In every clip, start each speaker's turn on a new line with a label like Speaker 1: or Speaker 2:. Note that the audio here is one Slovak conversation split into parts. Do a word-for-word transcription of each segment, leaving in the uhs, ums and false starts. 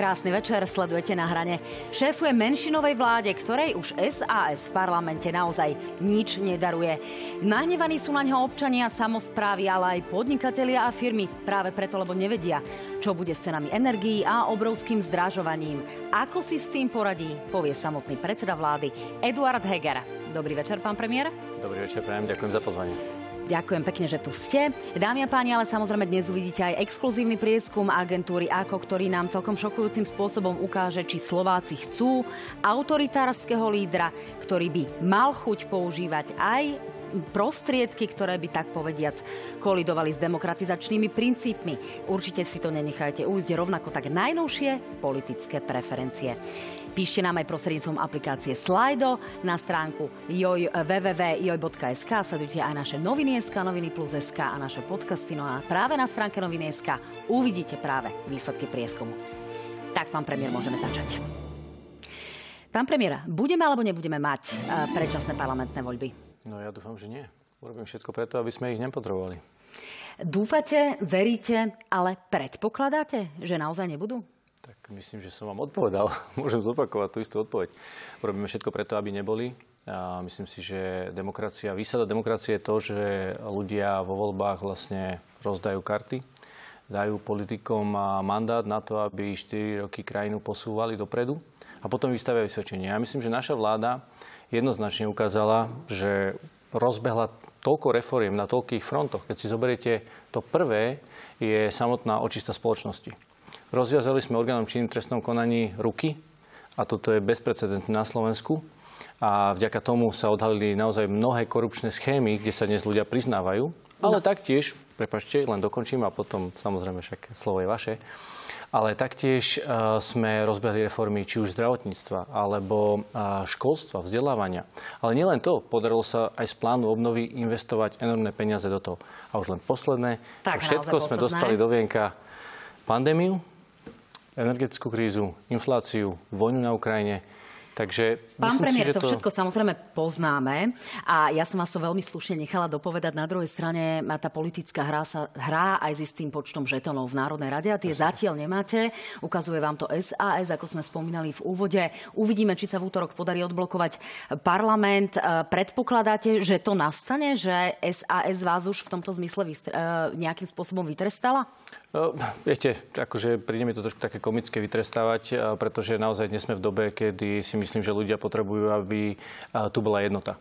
Speaker 1: Krásny večer, sledujete Na hrane. Šéfuje menšinovej vláde, ktorej už es a es v parlamente naozaj nič nedaruje. Nahnevaní sú na ňo občania, samosprávy, ale aj podnikatelia a firmy. Práve preto, lebo nevedia, čo bude s cenami energií a obrovským zdražovaním. Ako si s tým poradí, povie samotný predseda vlády Eduard Heger. Dobrý večer, pán premiér.
Speaker 2: Dobrý večer, prajem, ďakujem za pozvanie.
Speaker 1: Ďakujem pekne, že tu ste. Dámy a páni, ale samozrejme dnes uvidíte aj exkluzívny prieskum agentúry á ká ó, ktorý nám celkom šokujúcim spôsobom ukáže, či Slováci chcú autoritárskeho lídra, ktorý by mal chuť používať aj prostriedky, ktoré by tak povediac kolidovali s demokratizačnými princípmi. Určite si to nenechajte ujsť, rovnako tak najnovšie politické preferencie. Píšte nám aj prostredníctvom aplikácie Slido na stránku joj, w w w bodka joj bodka es ka. Sledujte aj naše noviny bodka es ka, noviny plus bodka es ka a naše podcasty. No a práve na stránke noviny bodka es ka uvidíte práve výsledky prieskumu. Tak, pán premiér, môžeme začať. Pán premiér, budeme alebo nebudeme mať predčasné parlamentné voľby?
Speaker 2: No ja dúfam, že nie. Urobím všetko preto, aby sme ich nepotrebovali.
Speaker 1: Dúfate, veríte, ale predpokladáte, že naozaj nebudú?
Speaker 2: Tak myslím, že som vám odpovedal. Môžem zopakovať tú istú odpoveď. Urobíme všetko preto, aby neboli. A myslím si, že demokracia, výsada demokracie je to, že ľudia vo voľbách vlastne rozdajú karty, dajú politikom mandát na to, aby štyri roky krajinu posúvali dopredu a potom vystavia vysvedčenie. Ja myslím, že naša vláda jednoznačne ukázala, že rozbehla toľko reforiem na toľkých frontoch. Keď si zoberiete, to prvé je samotná očista spoločnosti. Rozviazali sme orgánom činným v trestnom konaní ruky a toto je bezprecedentné na Slovensku. A vďaka tomu sa odhalili naozaj mnohé korupčné schémy, kde sa dnes ľudia priznávajú. Ale no. taktiež, prepáčte, len dokončím a potom samozrejme však slovo je vaše. Ale taktiež uh, sme rozbehli reformy či už zdravotníctva, alebo uh, školstva, vzdelávania. Ale nielen to, podarilo sa aj z plánu obnovy investovať enormné peniaze do toho. A už len posledné,
Speaker 1: tak,
Speaker 2: to všetko sme dostali do vienka pandémiu, energetickú krízu, infláciu, vojnu na Ukrajine. Takže
Speaker 1: Pán
Speaker 2: myslím
Speaker 1: premiér,
Speaker 2: si, že
Speaker 1: to
Speaker 2: to
Speaker 1: všetko samozrejme poznáme a ja som vás to veľmi slušne nechala dopovedať. Na druhej strane tá politická hra sa hrá aj s istým počtom žetonov v Národnej rade a tie zatiaľ nemáte. Ukazuje vám to es a es, ako sme spomínali v úvode. Uvidíme, či sa v útorok podarí odblokovať parlament. Predpokladáte, že to nastane, že es a es vás už v tomto zmysle vystr- nejakým spôsobom vytrestala?
Speaker 2: No, viete, akože príde mi to trošku také komické vytrestávať, pretože naozaj dnes sme v dobe, kedy si myslím, že ľudia potrebujú, aby tu bola jednota.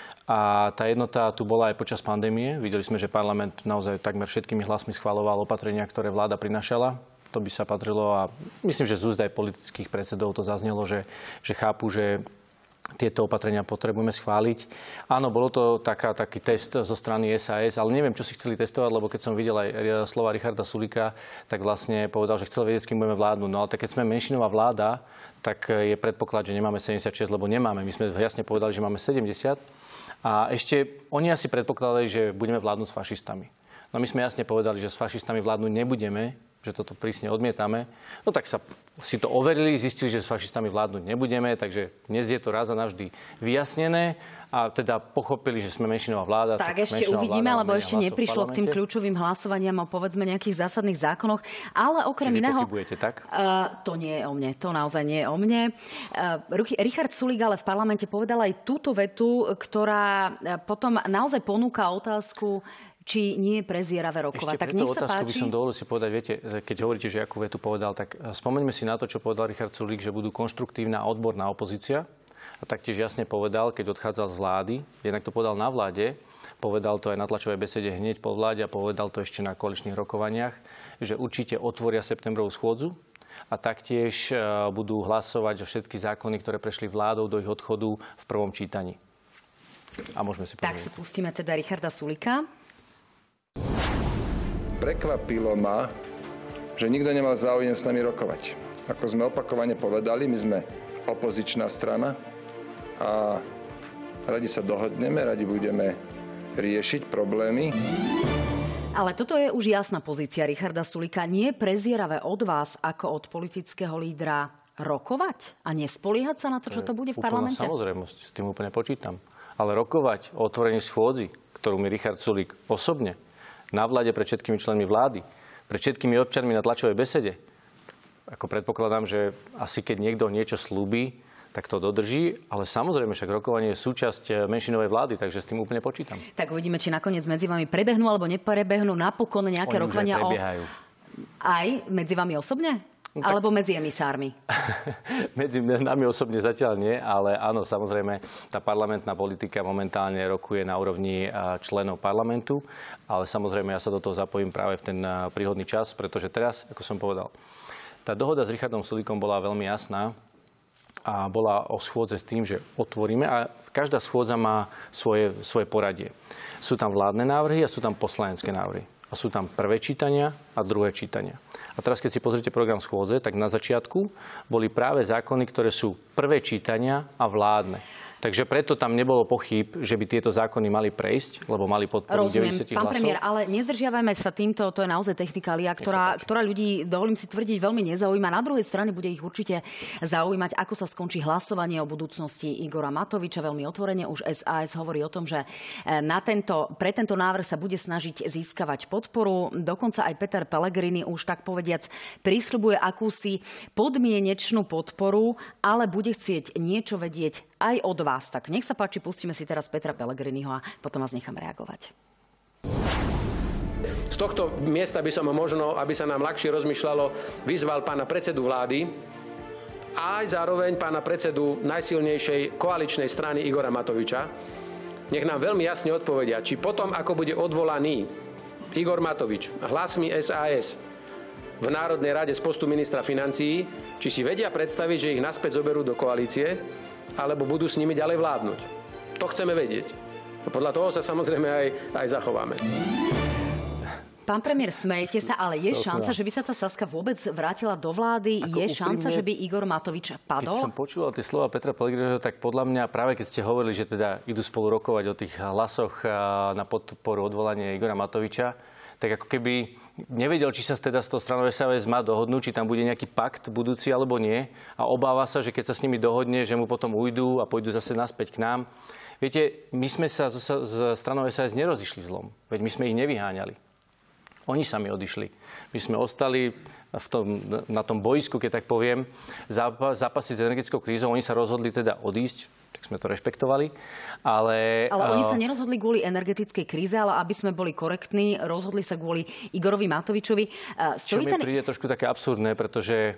Speaker 2: A tá jednota tu bola aj počas pandémie. Videli sme, že parlament naozaj takmer všetkými hlasmi schvaľoval opatrenia, ktoré vláda prinášala. To by sa patrilo a myslím, že z úst aj politických predsedov to zaznelo, že, že chápu, že tieto opatrenia potrebujeme schváliť. Áno, bolo to taká, taký test zo strany es a es, ale neviem, čo si chceli testovať, lebo keď som videl aj slova Richarda Sulíka, tak vlastne povedal, že chcel vedieť, s kým budeme vládnuť. No ale tak keď sme menšinová vláda, tak je predpoklad, že nemáme sedemdesiatšesť, lebo nemáme. My sme jasne povedali, že máme sedemdesiat. A ešte oni asi predpokladali, že budeme vládnuť s fašistami. No my sme jasne povedali, že s fašistami vládnuť nebudeme, že toto prísne odmietame. No tak sa si to overili, zistili, že s fašistami vládnuť nebudeme, takže dnes je to raz a navždy vyjasnené a teda pochopili, že sme menšinová vláda.
Speaker 1: Tak, tak ešte uvidíme, lebo ešte neprišlo k tým kľúčovým hlasovaniam o povedzme nejakých zásadných zákonoch, ale okrem
Speaker 2: Či vy
Speaker 1: iného...
Speaker 2: pochybujete, tak?
Speaker 1: Uh, to nie je o mne, to naozaj nie je o mne. Uh, Richard Sulík ale v parlamente povedal aj túto vetu, ktorá potom naozaj ponúka otázku, či nie je prezieravé rokovať.
Speaker 2: Ešte
Speaker 1: tak
Speaker 2: pre tú otázku
Speaker 1: páči.
Speaker 2: by som dovolil si povedať, viete, keď hovoríte, že akú vetu povedal, tak spomeňme si na to, čo povedal Richard Sulík, že budú konštruktívna odborná opozícia. A taktiež jasne povedal, keď odchádzal z vlády, jednak to povedal na vláde, povedal to aj na tlačovej besede hneď po vláde a povedal to ešte na koaličných rokovaniach, že určite otvoria septembrovú schôdzu a taktiež budú hlasovať o všetky zákony, ktoré prešli vládou do ich odchodu v prvom čítaní. A môžeme si
Speaker 1: Tak si pustíme teda Richarda Sulíka.
Speaker 3: Prekvapilo ma, že nikto nemal záujem s nami rokovať. Ako sme opakovane povedali, my sme opozičná strana a radi sa dohodneme, radi budeme riešiť problémy.
Speaker 1: Ale toto je už jasná pozícia Richarda Sulíka. Nie je prezieravé od vás ako od politického lídra rokovať a nespoliehať sa na to, čo to bude v parlamente?
Speaker 2: Samozrejmosť, s tým úplne počítam. Ale rokovať o otvorení schôdzi, ktorú mi Richard Sulík osobne na vláde pred všetkými členmi vlády, pred všetkými občanmi na tlačovej besede, ako predpokladám, že asi keď niekto niečo slúbi, tak to dodrží, ale samozrejme však rokovanie je súčasť menšinovej vlády, takže s tým úplne počítam.
Speaker 1: Tak uvidíme, či nakoniec medzi vami prebehnú alebo neprebehnú napokon nejaké
Speaker 2: Oni
Speaker 1: rokovania
Speaker 2: už aj
Speaker 1: o... Aj medzi vami osobne? No, tak... Alebo medzi emisármi?
Speaker 2: Medzi nami osobne zatiaľ nie, ale áno, samozrejme, tá parlamentná politika momentálne rokuje na úrovni členov parlamentu, ale samozrejme ja sa do toho zapojím práve v ten príhodný čas, pretože teraz, ako som povedal, tá dohoda s Richardom Sulíkom bola veľmi jasná, a bola o schôdze s tým, že otvoríme a každá schôdza má svoje, svoje poradie. Sú tam vládne návrhy a sú tam poslanecké návrhy. A sú tam prvé čítania a druhé čítania. A teraz, keď si pozrite program schôdze, tak na začiatku boli práve zákony, ktoré sú prvé čítania a vládne. Takže preto tam nebolo pochýb, že by tieto zákony mali prejsť, lebo mali podporu deväťdesiat hlasov.
Speaker 1: Pán premiér, ale nezdržiavajme sa týmto, to je naozaj technikália, ktorá, ktorá ľudí, dovolím si tvrdiť, veľmi nezaujíma. Na druhej strane bude ich určite zaujímať, ako sa skončí hlasovanie o budúcnosti Igora Matoviča. Veľmi otvorene už es a es hovorí o tom, že na tento, pre tento návrh sa bude snažiť získavať podporu. Dokonca aj Peter Pellegrini už tak povediac prisľubuje akúsi podmienečnú podporu, ale bude chcieť niečo vedieť aj od vás. Tak nech sa páči, pustíme si teraz Petra Pellegriniho a potom vás nechám reagovať.
Speaker 4: Z tohto miesta by som možno, aby sa nám ľahšie rozmýšľalo, vyzval pána predsedu vlády a aj zároveň pána predsedu najsilnejšej koaličnej strany Igora Matoviča. Nech nám veľmi jasne odpovedia, či potom, ako bude odvolaný Igor Matovič hlasmi es a es v Národnej rade z postu ministra financií, či si vedia predstaviť, že ich naspäť zoberú do koalície, alebo budú s nimi ďalej vládnuť. To chceme vedieť. A podľa toho sa samozrejme aj, aj zachováme.
Speaker 1: Pán premiér, smejete sa, ale je šanca, že by sa tá Saska vôbec vrátila do vlády? Ako je šanca, úprimne, že by Igor Matovič padol?
Speaker 2: Keď som počúval tie slova Petra Pellegriniho, tak podľa mňa práve keď ste hovorili, že teda idú spolu rokovať o tých hlasoch na podporu odvolania Igora Matoviča, tak ako keby nevedel, či sa teda s tou stranou es a es má dohodnúť, či tam bude nejaký pakt budúci alebo nie. A obáva sa, že keď sa s nimi dohodne, že mu potom ujdu a pôjdu zase naspäť k nám. Viete, my sme sa s stranou es a es nerozišli v zlom. Veď my sme ich nevyháňali. Oni sami odišli. My sme ostali v tom, na tom boisku, keď tak poviem, zápasiť s energetickou krízou. Oni sa rozhodli teda odísť, tak sme to rešpektovali. Ale,
Speaker 1: ale oni sa nerozhodli kvôli energetickej kríze, ale aby sme boli korektní, rozhodli sa kvôli Igorovi Matovičovi.
Speaker 2: Stojí Čo mi ten... príde trošku také absurdné, pretože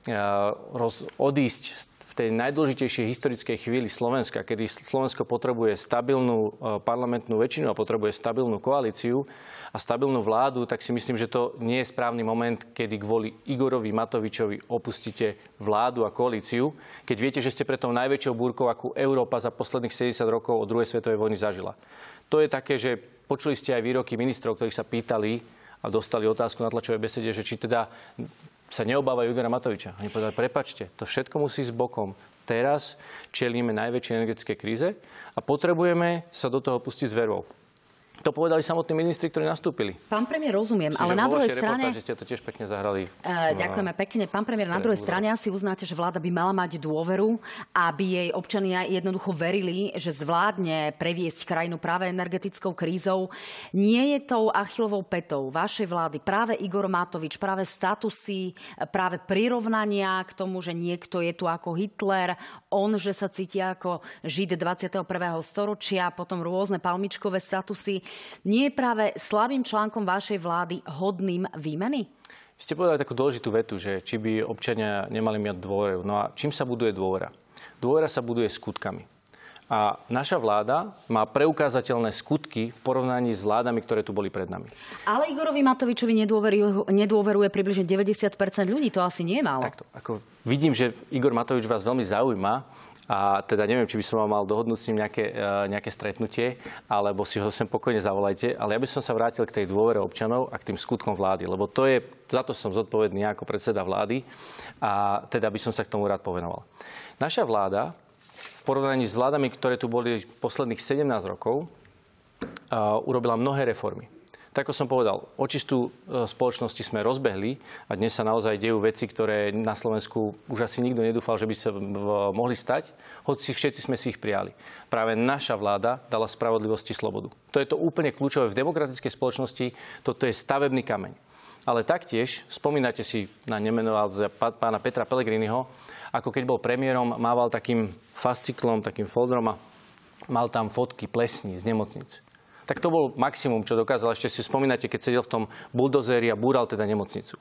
Speaker 2: roz, odísť v tej najdôležitejšej historickej chvíli Slovenska, kedy Slovensko potrebuje stabilnú parlamentnú väčšinu a potrebuje stabilnú koalíciu a stabilnú vládu, tak si myslím, že to nie je správny moment, kedy kvôli Igorovi Matovičovi opustíte vládu a koalíciu, keď viete, že ste pred tou najväčšou búrkou, akú Európa za posledných sedemdesiat rokov od druhej svetovej vojny zažila. To je také, že počuli ste aj výroky ministrov, ktorí sa pýtali a dostali otázku na tlačovej besede, že či teda sa neobávajú Igora Matoviča. Oni povedali, prepáčte, to všetko musí ísť bokom. Teraz čelíme najväčšej energetickej kríze a potrebujeme sa do toho pustiť s vervou. To povedali samotní ministri, ktorí nastúpili.
Speaker 1: Pán premiér, rozumiem,
Speaker 2: Myslím,
Speaker 1: ale na druhej strane...
Speaker 2: Reportáži ste to tiež pekne zahrali.
Speaker 1: Uh, ďakujeme pekne. Pán premiér, na druhej strane asi uznáte, že vláda by mala mať dôveru, aby jej občania jednoducho verili, že zvládne previesť krajinu práve energetickou krízou. Nie je tou Achillovou pätou vašej vlády práve Igor Matovič, práve statusy, práve prirovnania k tomu, že niekto je tu ako Hitler, on, že sa cíti ako Žid dvadsiateho prvého storočia, potom rôzne palmičkové statusy. Nie je práve slabým článkom vašej vlády hodným výmeny?
Speaker 2: Ste povedali takú dôležitú vetu, že či by občania nemali mať dôveru. No a čím sa buduje dôvera? Dôvera sa buduje skutkami. A naša vláda má preukázateľné skutky v porovnaní s vládami, ktoré tu boli pred nami.
Speaker 1: Ale Igorovi Matovičovi nedôveruje, nedôveruje približne deväťdesiat percent ľudí. To asi nie je málo.
Speaker 2: Takto. Ako vidím, že Igor Matovič vás veľmi zaujíma. A teda neviem, či by som vám mal dohodnúť s ním nejaké, nejaké stretnutie, alebo si ho sem pokojne zavolajte. Ale ja by som sa vrátil k tej dôvere občanov a k tým skutkom vlády. Lebo to je, za to som zodpovedný ako predseda vlády a teda by som sa k tomu rád povenoval. Naša vláda v porovnaní s vládami, ktoré tu boli posledných sedemnásť rokov, urobila mnohé reformy. Tak ako som povedal, očistú spoločnosti sme rozbehli a dnes sa naozaj dejú veci, ktoré na Slovensku už asi nikto nedúfal, že by sa mohli stať, hoci všetci sme si ich prijali. Práve naša vláda dala spravodlivosti slobodu. To je to úplne kľúčové v demokratickej spoločnosti, toto je stavebný kameň. ale taktiež spomínate si na nemenoval pána Petra Pellegriniho, ako keď bol premiérom, mával takým fasciklom, takým folderom a mal tam fotky plesní z nemocnic. Tak to bol maximum, čo dokázal. Ešte si spomínate, keď sedel v tom buldozéri a búral teda nemocnicu.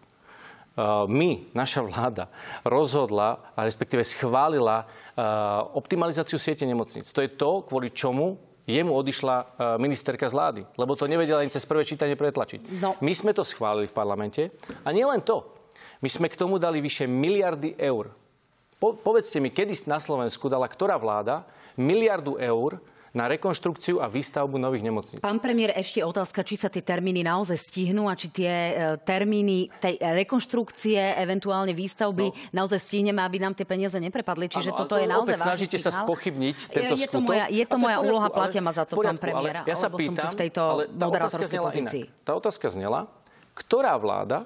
Speaker 2: My, naša vláda, rozhodla, a respektíve schválila optimalizáciu siete nemocnic. To je to, kvôli čomu jemu odišla ministerka z vlády, lebo to nevedela ani cez prvé čítanie pretlačiť. No. My sme to schválili v parlamente a nie len to. My sme k tomu dali vyše miliardy eur. Po, povedzte mi, kedy na Slovensku dala ktorá vláda miliardu eur na rekonštrukciu a výstavbu nových nemocníc.
Speaker 1: Pán premiér, ešte otázka, či sa tie termíny naozaj stihnú a či tie e, termíny tej rekonštrukcie, eventuálne výstavby, no. naozaj stihneme, aby nám tie peniaze neprepadli. Čiže ano, toto to je naozaj vážny
Speaker 2: snažíte signál. Sa spochybniť tento
Speaker 1: je, je
Speaker 2: skutok.
Speaker 1: To moja, je to moja
Speaker 2: poriadku,
Speaker 1: úloha, platia ma za to,
Speaker 2: poriadku,
Speaker 1: pán premiér.
Speaker 2: Ja sa pýtam,
Speaker 1: som tu v tejto moderátorskej pozícii.
Speaker 2: Tá otázka znela, ktorá vláda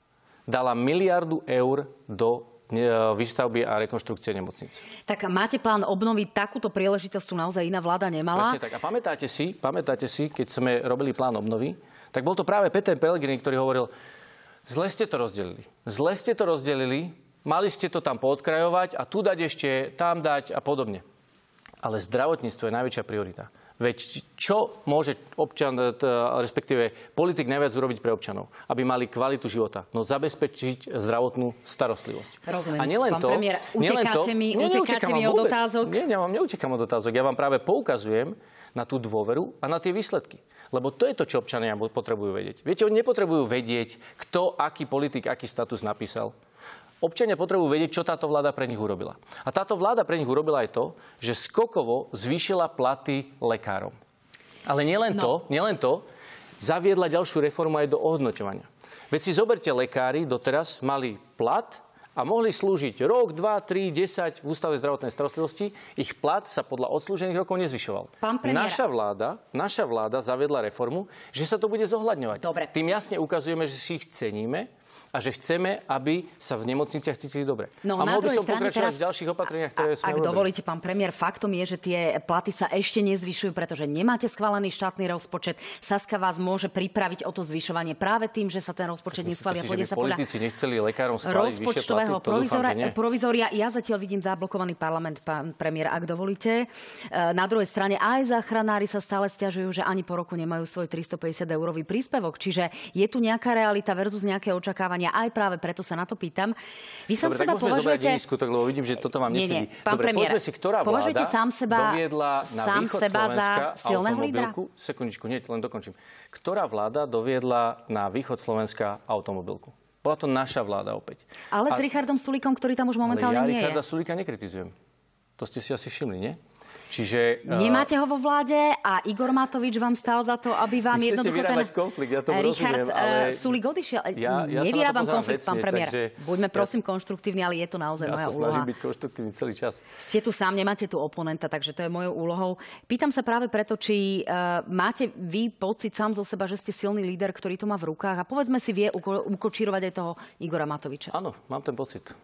Speaker 2: dala miliardu eur do výstavby a rekonštrukcie nemocnic.
Speaker 1: Tak máte plán obnoviť takúto príležitosť, tu naozaj iná vláda nemala?
Speaker 2: Presne tak. A pamätáte si, pamätáte si, keď sme robili plán obnovy, tak bol to práve Peter Pellegrini, ktorý hovoril, zle ste to rozdelili. Zle ste to rozdelili, mali ste to tam poodkrajovať a tu dať ešte, tam dať a podobne. Ale zdravotníctvo je najväčšia priorita. Veď čo môže občan, respektíve politik najviac urobiť pre občanov? Aby mali kvalitu života. No zabezpečiť zdravotnú starostlivosť.
Speaker 1: Rozumiem.
Speaker 2: A nielen to...
Speaker 1: Pán premiér, utekáte mi,
Speaker 2: no,
Speaker 1: utekáte mi od otázok?
Speaker 2: Nie, ja vám neutekám od otázok. Ja vám práve poukazujem na tú dôveru a na tie výsledky. Lebo to je to, čo občania potrebujú vedieť. Viete, oni nepotrebujú vedieť, kto, aký politik, aký status napísal. Občania potrebujú vedieť, čo táto vláda pre nich urobila. A táto vláda pre nich urobila aj to, že skokovo zvýšila platy lekárom. Ale nielen no. to, nielen to, zaviedla ďalšiu reformu aj do ohodnoťovania. Veď si zoberte, lekári doteraz mali plat a mohli slúžiť rok, dva, tri, desať v Ústave zdravotnej starostlivosti. Ich plat sa podľa odslúžených rokov nezvyšoval. Naša vláda, naša vláda zaviedla reformu, že sa to bude zohľadňovať.
Speaker 1: Dobre.
Speaker 2: Tým jasne ukazujeme, že si ich ceníme a že chceme, aby sa v nemocniciach cítili dobre.
Speaker 1: No,
Speaker 2: a mohol by som pokračovať
Speaker 1: teraz,
Speaker 2: v ďalších opatreniach, ktoré sme
Speaker 1: Ak
Speaker 2: urobili.
Speaker 1: dovolíte, pán premiér, faktom je, že tie platy sa ešte nezvyšujú, pretože nemáte schválený štátny rozpočet. Saska vás môže pripraviť o to zvyšovanie práve tým, že sa ten rozpočet neschvália.
Speaker 2: Pôjde sa podľa politici nechceli lekárom schváliť vyššie platy, to dúfam, že nie.
Speaker 1: Provizória. Ja zatiaľ vidím zablokovaný parlament, pán premiér, ak dovolíte. Na druhej strane aj záchranári sa stále sťažujú, že ani po roku nemajú svoj tristopäťdesiat eurový príspevok. Čiže je tu nejaká realita versus nejaké očakávania. Aj práve preto sa na to pýtam. Vy sám
Speaker 2: Dobre,
Speaker 1: seba
Speaker 2: tak môžeme
Speaker 1: považujete...
Speaker 2: zobrať iný skutok, lebo vidím, že toto vám nesedí.
Speaker 1: Pán
Speaker 2: Dobre,
Speaker 1: premiér,
Speaker 2: povedzme si, ktorá vláda
Speaker 1: sám seba,
Speaker 2: doviedla na
Speaker 1: sám
Speaker 2: východ
Speaker 1: seba
Speaker 2: Slovenska
Speaker 1: za silného
Speaker 2: automobilku. Sekundičku, nie, len dokončím. Ktorá vláda doviedla na východ Slovenska automobilku? Bola to naša vláda opäť.
Speaker 1: Ale
Speaker 2: A...
Speaker 1: s Richardom Sulíkom, ktorý tam už momentálne
Speaker 2: ale ja
Speaker 1: nie je.
Speaker 2: Richarda Sulíka nekritizujem. To ste si asi všimli, nie? Čiže,
Speaker 1: Nemáte ho vo vláde a Igor Matovič vám stál za to, aby vám
Speaker 2: Vy
Speaker 1: jednoducho ten...
Speaker 2: konflikt, ja tomu
Speaker 1: Richard
Speaker 2: rozumiem, ale...
Speaker 1: Sulík odišiel.
Speaker 2: Ja, ja
Speaker 1: Nevyrábam konflikt,
Speaker 2: vecne,
Speaker 1: pán premiér.
Speaker 2: takže...
Speaker 1: Buďme prosím ja... konštruktívni, ale je to naozaj
Speaker 2: ja
Speaker 1: moja úloha.
Speaker 2: Ja sa snažím byť konštruktívny celý čas.
Speaker 1: Ste tu sám, nemáte tu oponenta, takže to je mojou úlohou. Pýtam sa práve preto, či uh, máte vy pocit sám zo seba, že ste silný líder, ktorý to má v rukách a povedzme si vie uko- ukočírovať aj toho Igora Matoviča.
Speaker 2: Áno, mám ten pocit.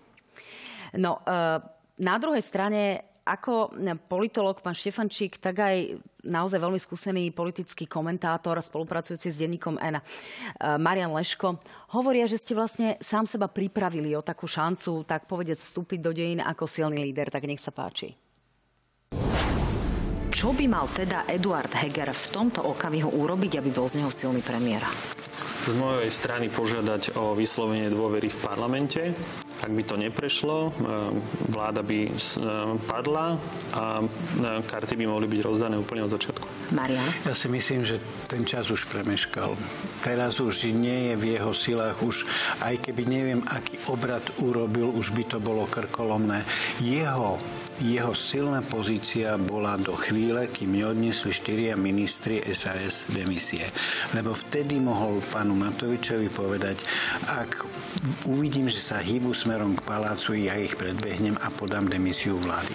Speaker 1: No, uh, na druhej strane... Ako politológ, pán Štefančík, tak aj naozaj veľmi skúsený politický komentátor, spolupracujúci s denníkom N, Marian Leško, hovoria, že ste vlastne sám seba pripravili o takú šancu, tak povedať, vstúpiť do dejín ako silný líder. Tak nech sa páči. Čo by mal teda Eduard Heger v tomto okamihu urobiť, aby bol z neho silný premiér?
Speaker 5: Z mojej strany požiadať o vyslovenie dôvery v parlamente. Ak by to neprešlo, vláda by padla a karty by mohli byť rozdané úplne od začiatku.
Speaker 1: Marian?
Speaker 6: Ja si myslím, že ten čas už premeškal. Teraz už nie je v jeho silách, už aj keby neviem, aký obrad urobil, už by to bolo krkolomné. Jeho Jeho silná pozícia bola do chvíle, kým neodnesli štyria ministri es a es demisie. Lebo vtedy mohol pánu Matovičovi povedať, ak uvidím, že sa hýbu smerom k palácu, ja ich predbehnem a podám demisiu vlády.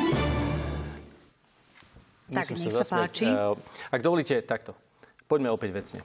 Speaker 1: Tak, nech sa páči.
Speaker 2: Ak dovolíte, takto. Poďme opäť vecne.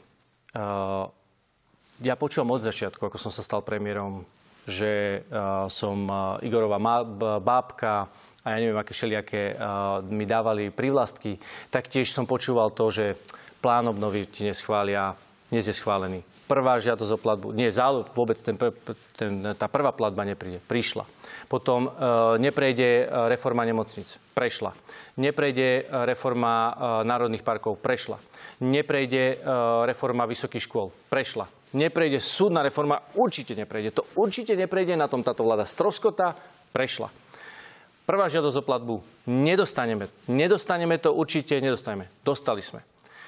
Speaker 2: Ja počúvam od začiatku, ako som sa stal premiérom, že som Igorova bábka, a ja neviem, aké všelijaké uh, mi dávali prívlastky. Taktiež som počúval to, že plán obnovy ti neschvália, dnes je schválený. prvá žiadosť o platbu. Nie, záľub, vôbec ten, ten, tá prvá platba nepríde. Prišla. Potom e, neprejde reforma nemocnic. Prešla. Neprejde reforma e, národných parkov. Prešla. Neprejde e, reforma vysokých škôl. Prešla. Neprejde súdna reforma. Určite neprejde. To určite neprejde. Na tom táto vláda stroskota. Prešla. Prvá žiadosť o platbu. Nedostaneme. Nedostaneme to určite. Nedostaneme. Dostali sme.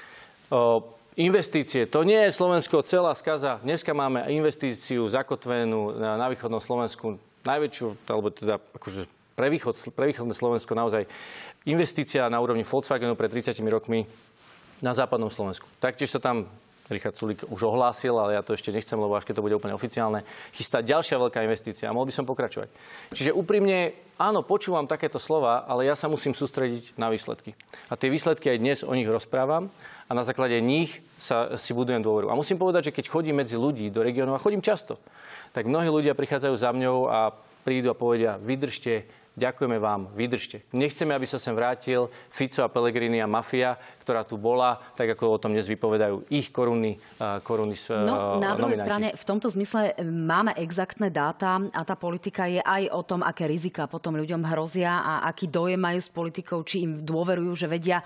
Speaker 2: E, Investície. To nie je Slovensko celá skaza. Dneska máme investíciu zakotvenú na, na východnom Slovensku, najväčšiu, alebo teda akože pre, východ, pre východné Slovensko naozaj investícia na úrovni Volkswagenu pred tridsiatimi rokmi na západnom Slovensku. Taktiež sa tam Richard Sulík už ohlásil, ale ja to ešte nechcem, lebo až keď to bude úplne oficiálne, chystá ďalšia veľká investícia a mohol by som pokračovať. Čiže úprimne, áno, počúvam takéto slova, ale ja sa musím sústrediť na výsledky. A tie výsledky aj dnes o nich rozprávam a na základe nich sa si budujem dôveru. A musím povedať, že keď chodím medzi ľudí do regiónov, a chodím často, tak mnohí ľudia prichádzajú za mňou a prídu a povedia, vydržte, ďakujeme vám, vydržte. Nechceme, aby sa sem vrátil Fico a Pellegrini a mafia, ktorá tu bola, tak ako o tom dnes vypovedajú ich korunní koruny
Speaker 1: No, na druhej
Speaker 2: nomináti.
Speaker 1: strane, v tomto zmysle máme exaktné dáta a tá politika je aj o tom, aké rizika potom ľuďom hrozia a aký dojem majú s politikou, či im dôverujú, že vedia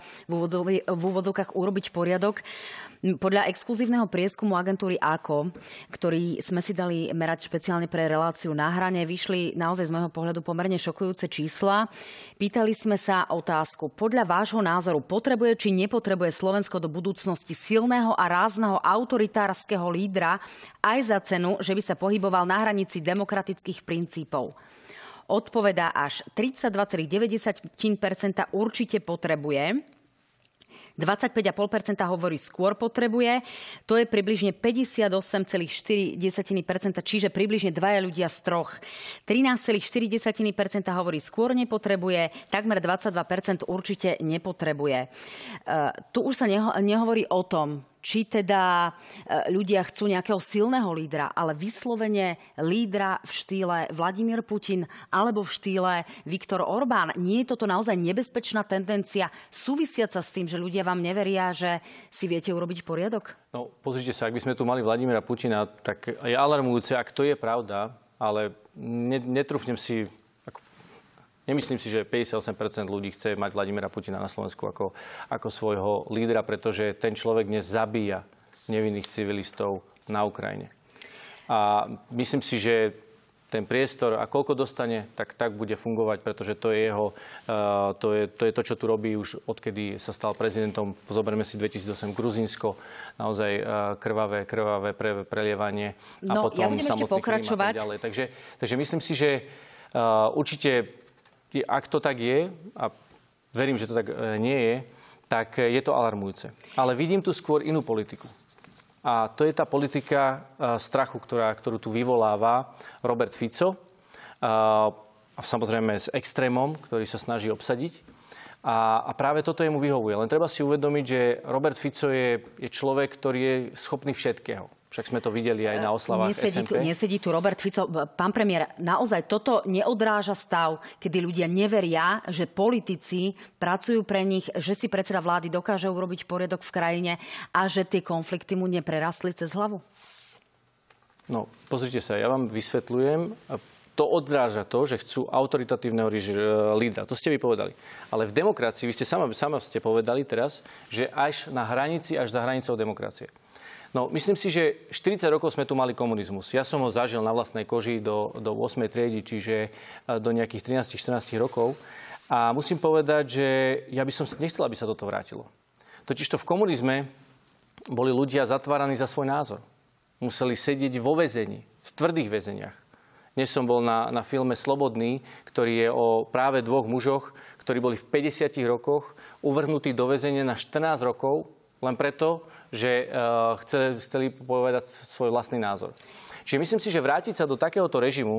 Speaker 1: v úvodzovkách urobiť poriadok. Podľa exkluzívneho prieskumu agentúry á ká ó, ktorý sme si dali merať špeciálne pre reláciu Na hrane, vyšli naozaj z môjho pohľadu pomerne šokujúce čísla. Pýtali sme sa otázku, podľa vášho názoru potrebuje či nepotrebuje Slovensko do budúcnosti silného a rázneho autoritárskeho lídra aj za cenu, že by sa pohyboval na hranici demokratických princípov. Odpovedá až tridsaťdva celá deväť percenta určite potrebuje. dvadsaťpäť celá päť percenta hovorí skôr potrebuje. To je približne päťdesiatosem celá štyri percenta, čiže približne dvaja ľudia z troch. trinásť celá štyri percenta hovorí skôr nepotrebuje, takmer dvadsaťdva percent určite nepotrebuje. Uh, tu už sa neho- nehovorí o tom, či teda ľudia chcú nejakého silného lídra, ale vyslovene lídra v štýle Vladimír Putin alebo v štýle Viktor Orbán. Nie je toto naozaj nebezpečná tendencia súvisiaca s tým, že ľudia vám neveria, že si viete urobiť poriadok?
Speaker 2: No, pozrite sa, ak by sme tu mali Vladimíra Putina, tak je alarmujúce, ak to je pravda, ale netrúfnem si... Nemyslím si, že päťdesiatosem percent ľudí chce mať Vladimíra Putina na Slovensku ako, ako svojho lídra, pretože ten človek dnes zabíja nevinných civilistov na Ukrajine. A myslím si, že ten priestor a koľko dostane, tak tak bude fungovať, pretože to je jeho, uh, to, je, to je to, čo tu robí už odkedy sa stal prezidentom. Zoberme si dvetisícosem Gruzínsko, naozaj uh, krvavé, krvavé pre, prelievanie a
Speaker 1: no,
Speaker 2: potom
Speaker 1: ja budem
Speaker 2: samotný
Speaker 1: ešte pokračovať.
Speaker 2: Krym a tak ďalej. Takže, takže myslím si, že uh, určite ak to tak je, a verím, že to tak nie je, tak je to alarmujúce. Ale vidím tu skôr inú politiku. A to je tá politika strachu, ktorá, ktorú tu vyvoláva Robert Fico. A samozrejme s extrémom, ktorý sa snaží obsadiť. A, a práve toto jemu vyhovuje. Len treba si uvedomiť, že Robert Fico je, je človek, ktorý je schopný všetkého. Však sme to videli aj na oslavách
Speaker 1: nesedí
Speaker 2: es en pé.
Speaker 1: Tu, nesedí tu Robert Fico. Pán premiér, naozaj toto neodráža stav, kedy ľudia neveria, že politici pracujú pre nich, že si predseda vlády dokáže urobiť poriadok v krajine a že tie konflikty mu neprerastli cez hlavu?
Speaker 2: No, pozrite sa, ja vám vysvetľujem. To odráža to, že chcú autoritatívneho lídra. To ste vy povedali. Ale v demokracii, vy ste sama, sama ste povedali teraz, že až na hranici, až za hranicou demokracie. No, myslím si, že štyridsať rokov sme tu mali komunizmus. Ja som ho zažil na vlastnej koži do, do ôsmej triedy, čiže do nejakých trinásť štrnásť rokov. A musím povedať, že ja by som nechcel, aby sa toto vrátilo. Totižto v komunizme boli ľudia zatváraní za svoj názor. Museli sedieť vo väzení, v tvrdých väzeniach. Dnes som bol na, na filme Slobodný, ktorý je o práve dvoch mužoch, ktorí boli v päťdesiatich rokoch uvrhnutí do väzenia na štrnásť rokov, len preto, že uh, chceli, chceli povedať svoj vlastný názor. Čiže myslím si, že vrátiť sa do takéhoto režimu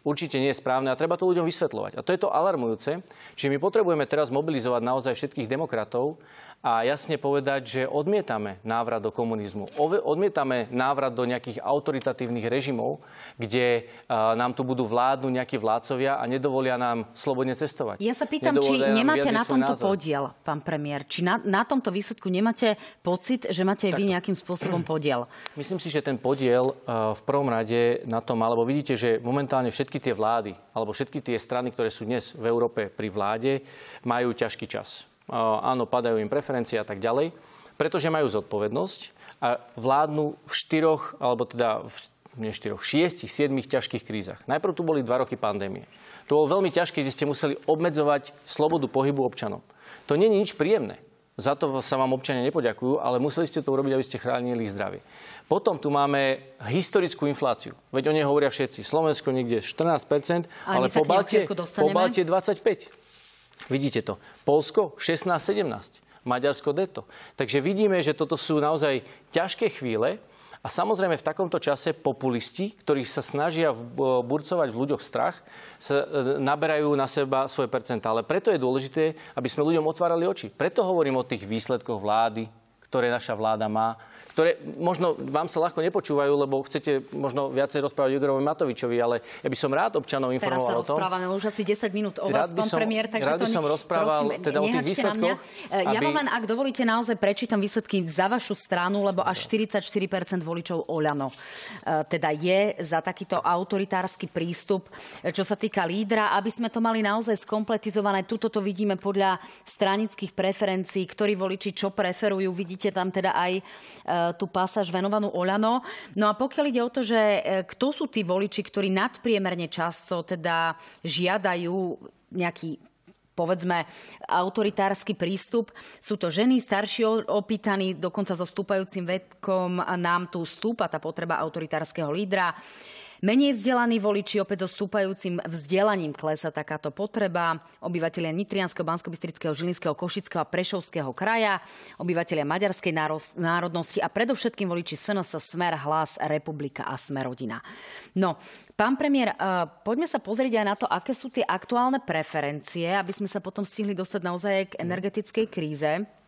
Speaker 2: určite nie je správne a treba to ľuďom vysvetľovať. A to je to alarmujúce. Čiže my potrebujeme teraz mobilizovať naozaj všetkých demokratov a jasne povedať, že odmietame návrat do komunizmu. Odmietame návrat do nejakých autoritatívnych režimov, kde uh, nám tu budú vládnuť nejakí vládcovia a nedovolia nám slobodne cestovať.
Speaker 1: Ja sa pýtam, či nemáte na tomto podiel, pán premiér. Či na, na tomto výsledku nemáte pocit, že máte aj vy nejakým spôsobom podiel? Myslím
Speaker 2: si, že ten podiel uh, v prvom rade na tom, alebo vidíte, že momentálne všetky tie vlády, alebo všetky tie strany, ktoré sú dnes v Európe pri vláde, majú ťažký čas. Áno, padajú im preferencie a tak ďalej, pretože majú zodpovednosť a vládnu v štyroch, alebo teda v nie štyroch, šiestich, siedmich ťažkých krízach. Najprv tu boli dva roky pandémie. To bolo veľmi ťažké, že ste museli obmedzovať slobodu pohybu občanov. To nie je nič príjemné. Za to sa vám občania nepoďakujú, ale museli ste to urobiť, aby ste chránili ich zdravie. Potom tu máme historickú infláciu. Veď o nej hovoria všetci. Slovensko niekde štrnásť percent, ale po Baltie, po Baltie dvadsaťpäť percent. Vidíte to. Poľsko šestnásť sedemnásť. Maďarsko deto. Takže vidíme, že toto sú naozaj ťažké chvíle a samozrejme v takomto čase populisti, ktorí sa snažia burcovať v ľuďoch strach, sa naberajú na seba svoje percentá. Ale preto je dôležité, aby sme ľuďom otvárali oči. Preto hovorím o tých výsledkoch vlády, ktoré naša vláda má, ktoré možno vám sa ľahko nepočúvajú, lebo chcete možno viacej rozprávať o Igorovi Matovičovi, ale ja by som rád občanov informoval o tom. Teraz sa rozprávame už asi desať minút o vás, pán premiér. Takže rád by som rozprával prosím, teda o tých výsledkoch.
Speaker 1: Aby... Ja vám len, ak dovolíte, naozaj prečítam výsledky za vašu stranu, lebo až štyridsaťštyri percent voličov Oľano teda je za takýto autoritársky prístup. Čo sa týka lídra, aby sme to mali naozaj skompletizované, tuto to vidíme podľa stranických preferencií, ktorí voliči čo preferujú. Vidíte tam teda aj tú pasáž venovanú Oľano. No a pokiaľ ide o to, že kto sú tí voliči, ktorí nadpriemerne často teda žiadajú nejaký povedzme autoritársky prístup. Sú to ženy, starší opýtaní, dokonca so stúpajúcim vekom nám tu stúpa tá potreba autoritárskeho lídra. Menej vzdelaní voliči, opäť so stúpajúcim vzdelaním klesa takáto potreba. Obyvatelia Nitrianskeho, Banskobystrického, Žilinského, Košického a Prešovského kraja, obyvatelia maďarskej národnosti a predovšetkým voliči es en es, Smer, Hlas, Republika a Smer-Rodina. No, pán premiér, poďme sa pozrieť aj na to, aké sú tie aktuálne preferencie, aby sme sa potom stihli dostať naozaj k energetickej kríze.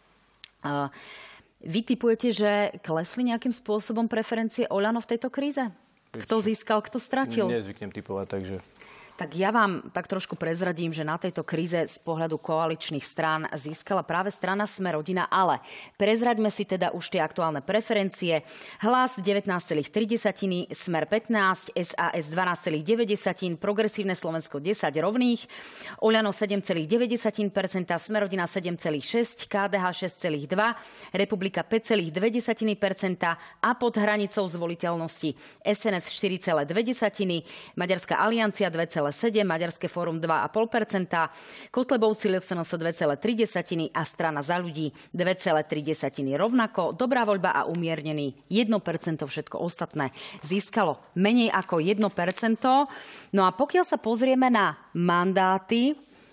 Speaker 1: Vy tipujete, že klesli nejakým spôsobom preferencie Oľano v tejto kríze? Kto získal, kto stratil?
Speaker 2: Nezvyknem typovať, takže...
Speaker 1: Tak ja vám tak trošku prezradím, že na tejto kríze z pohľadu koaličných strán získala práve strana Smer-Rodina, ale prezraďme si teda už tie aktuálne preferencie. Hlas devätnásť celá tri, Smer pätnásť, es a es dvanásť celá deväť, Progresívne Slovensko desať rovných, Oľano sedem celá deväť percent, Smer-Rodina sedem celá šesť, ká dé há šesť celá dva, Republika päť celá dva percent a pod hranicou zvoliteľnosti es en es štyri celá dva, Maďarská aliancia dva celá sedem, Maďarské fórum dva celá päť percenta, Kotlebovci es en es dva celá tri a Strana za ľudí dva celá tri rovnako. Dobrá voľba a umiernený jedno percento, všetko ostatné získalo menej ako jedno percento. No a pokiaľ sa pozrieme na mandáty,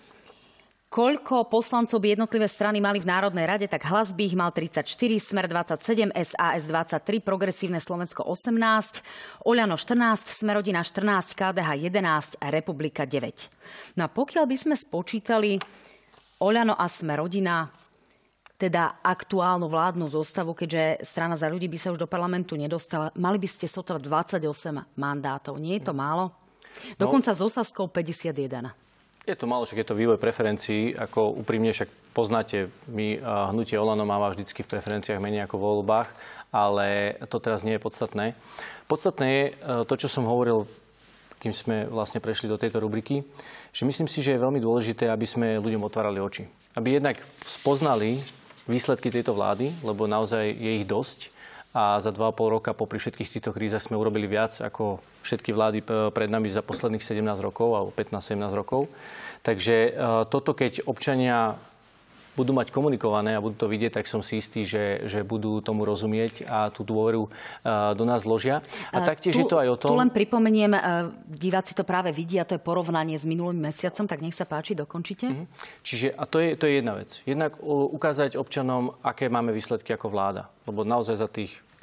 Speaker 1: koľko poslancov by jednotlivé strany mali v Národnej rade, tak Hlas by ich mal tridsaťštyri, Smer dvadsaťsedem, es a es dvadsaťtri, Progresívne Slovensko osemnásť, Oľano štrnásť, Smer-Rodina štrnásť, ká dé há jedenásť a Republika deväť. No a pokiaľ by sme spočítali Oľano a Smer-Rodina, teda aktuálnu vládnu zostavu, keďže Strana za ľudí by sa už do parlamentu nedostala, mali by ste sotva dvadsaťosem mandátov. Nie je to málo? Dokonca no. So Saskou päťdesiatjeden.
Speaker 2: Je to málo, však je to vývoj preferencií, ako úprimne však poznáte, my hnutie Oľano máva vždycky v preferenciách menej ako vo voľbách, ale to teraz nie je podstatné. Podstatné je to, čo som hovoril, kým sme vlastne prešli do tejto rubriky, že myslím si, že je veľmi dôležité, aby sme ľuďom otvárali oči. Aby jednak spoznali výsledky tejto vlády, lebo naozaj je ich dosť. A za dva a pol roka popri všetkých týchto krízach sme urobili viac ako všetky vlády pred nami za posledných sedemnásť rokov alebo pätnásť sedemnásť rokov. Takže toto, keď občania budú mať komunikované a budú to vidieť, tak som si istý, že, že budú tomu rozumieť a tú dôveru do nás zložia. A taktiež
Speaker 1: tu,
Speaker 2: je to aj o tom...
Speaker 1: Tu len pripomeniem, diváci to práve vidia, to je porovnanie s minulým mesiacom, tak nech sa páči, dokončite. Mm-hmm. Čiže, a to je, to je jedna vec. Jednak ukázať občanom, aké máme výsledky ako vláda. Lebo naozaj za tých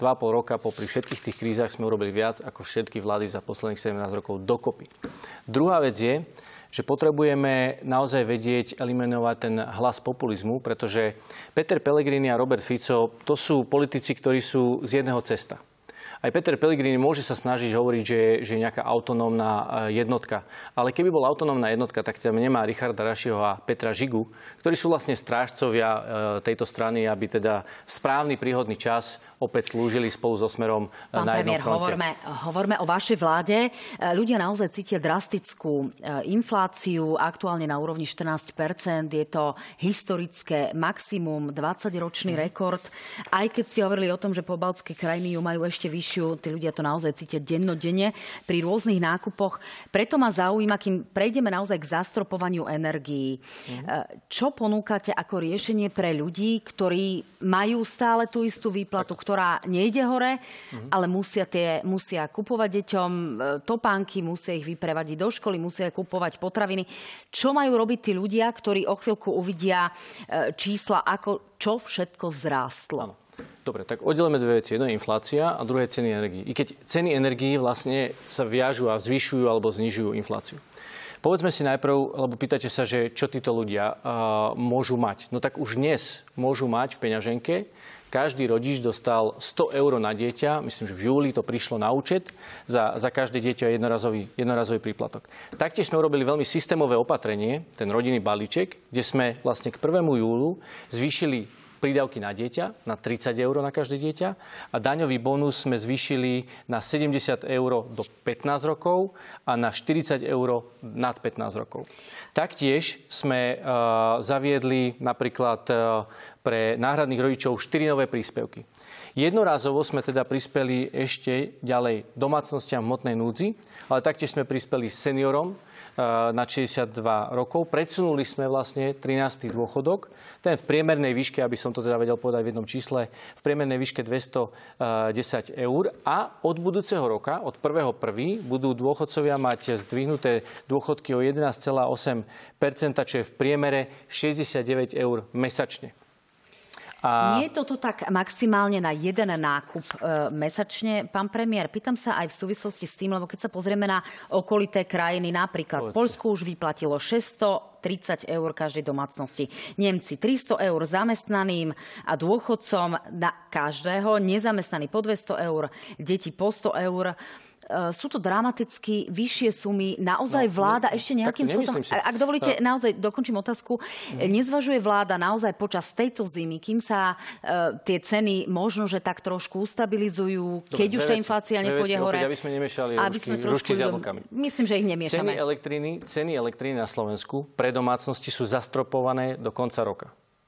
Speaker 2: dva a pol roka popri všetkých tých krízach sme urobili viac ako všetky vlády za posledných sedemnásť rokov dokopy. Druhá vec je, že potrebujeme naozaj vedieť eliminovať ten hlas populizmu, pretože Peter Pellegrini a Robert Fico, to sú politici, ktorí sú z jedného cesta. Aj Peter Pellegrini môže sa snažiť hovoriť, že, že je nejaká autonómna jednotka. Ale keby bola autonómna jednotka, tak tam nemá Richarda Rašiho a Petra Žigu, ktorí sú vlastne strážcovia tejto strany, aby teda správny príhodný čas opäť slúžili spolu so Smerom
Speaker 1: Pán
Speaker 2: na jednom
Speaker 1: premiér,
Speaker 2: fronte.
Speaker 1: hovorme, hovorme o vašej vláde. Ľudia naozaj cítia drastickú infláciu, aktuálne na úrovni štrnásť percent. Je to historické maximum, dvadsaťročný rekord. Aj keď ste hovorili o tom, že pobaltské krajiny ju majú ešte vyššiu, tí ľudia to naozaj cítia dennodenne pri rôznych nákupoch. Preto ma zaujíma, kým prejdeme naozaj k zastropovaniu energií. Mm. Čo ponúkate ako riešenie pre ľudí, ktorí majú stále tú istú výplatu, ktorá nejde hore, mm. ale musia, tie, musia kupovať deťom topánky, musia ich vyprevadiť do školy, musia kupovať potraviny. Čo majú robiť tí ľudia, ktorí o chvíľku uvidia čísla, ako čo všetko vzrástlo?
Speaker 2: Áno. Dobre, tak oddelíme dve veci. Jedno je inflácia a druhé je ceny energií. I keď ceny energií vlastne sa viažu a zvyšujú alebo znižujú infláciu. Povedzme si najprv, lebo pýtate sa, že čo títo ľudia uh, môžu mať. No tak už dnes môžu mať v peňaženke. Každý rodič dostal sto eur na dieťa, myslím, že v júli to prišlo na účet, za, za každé dieťa jednorazový, jednorazový príplatok. Taktiež sme urobili veľmi systémové opatrenie, ten rodinný balíček, kde sme vlastne k prvému júlu zvýšili prídavky na dieťa, na tridsať eur na každé dieťa a daňový bonus sme zvýšili na sedemdesiat eur do pätnásť rokov a na štyridsať eur nad pätnásť rokov. Taktiež sme uh, zaviedli napríklad uh, pre náhradných rodičov štyri nové príspevky. Jednorázovo sme teda prispeli ešte ďalej domácnostiam v hmotnej núdzi, ale taktiež sme prispeli seniorom na šesťdesiatdva rokov. Predsunuli sme vlastne trinásty dôchodok. Ten v priemernej výške, aby som to teda vedel povedať v jednom čísle, v priemernej výške dvestodesať eur. A od budúceho roka, od prvého prvého budú dôchodcovia mať zdvihnuté dôchodky o jedenásť celá osem percenta, čo je v priemere šesťdesiatdeväť eur mesačne.
Speaker 1: A... Nie je toto tak maximálne na jeden nákup e, mesačne? Pán premiér, pýtam sa aj v súvislosti s tým, lebo keď sa pozrieme na okolité krajiny, napríklad v Poľsku už vyplatilo šesťstotridsať eur každej domácnosti. Nemci tristo eur zamestnaným a dôchodcom na každého, nezamestnaný po dvesto eur, deti po sto eur. Sú to dramaticky vyššie sumy. Naozaj no, vláda no, ešte nejakým spôsobom... Ak dovolíte, no. naozaj dokončím otázku. Mm. Nezvažuje vláda naozaj počas tejto zimy, kým sa uh, tie ceny možno, že tak trošku ustabilizujú, dobre, keď už tá inflácia nepôjde hore.
Speaker 2: Opäť, aby sme nemešali rušky, rušky s jablkami. Myslím, že ich nemiešame. Ceny elektriny, ceny elektriny na Slovensku pre domácnosti sú zastropované do konca roka.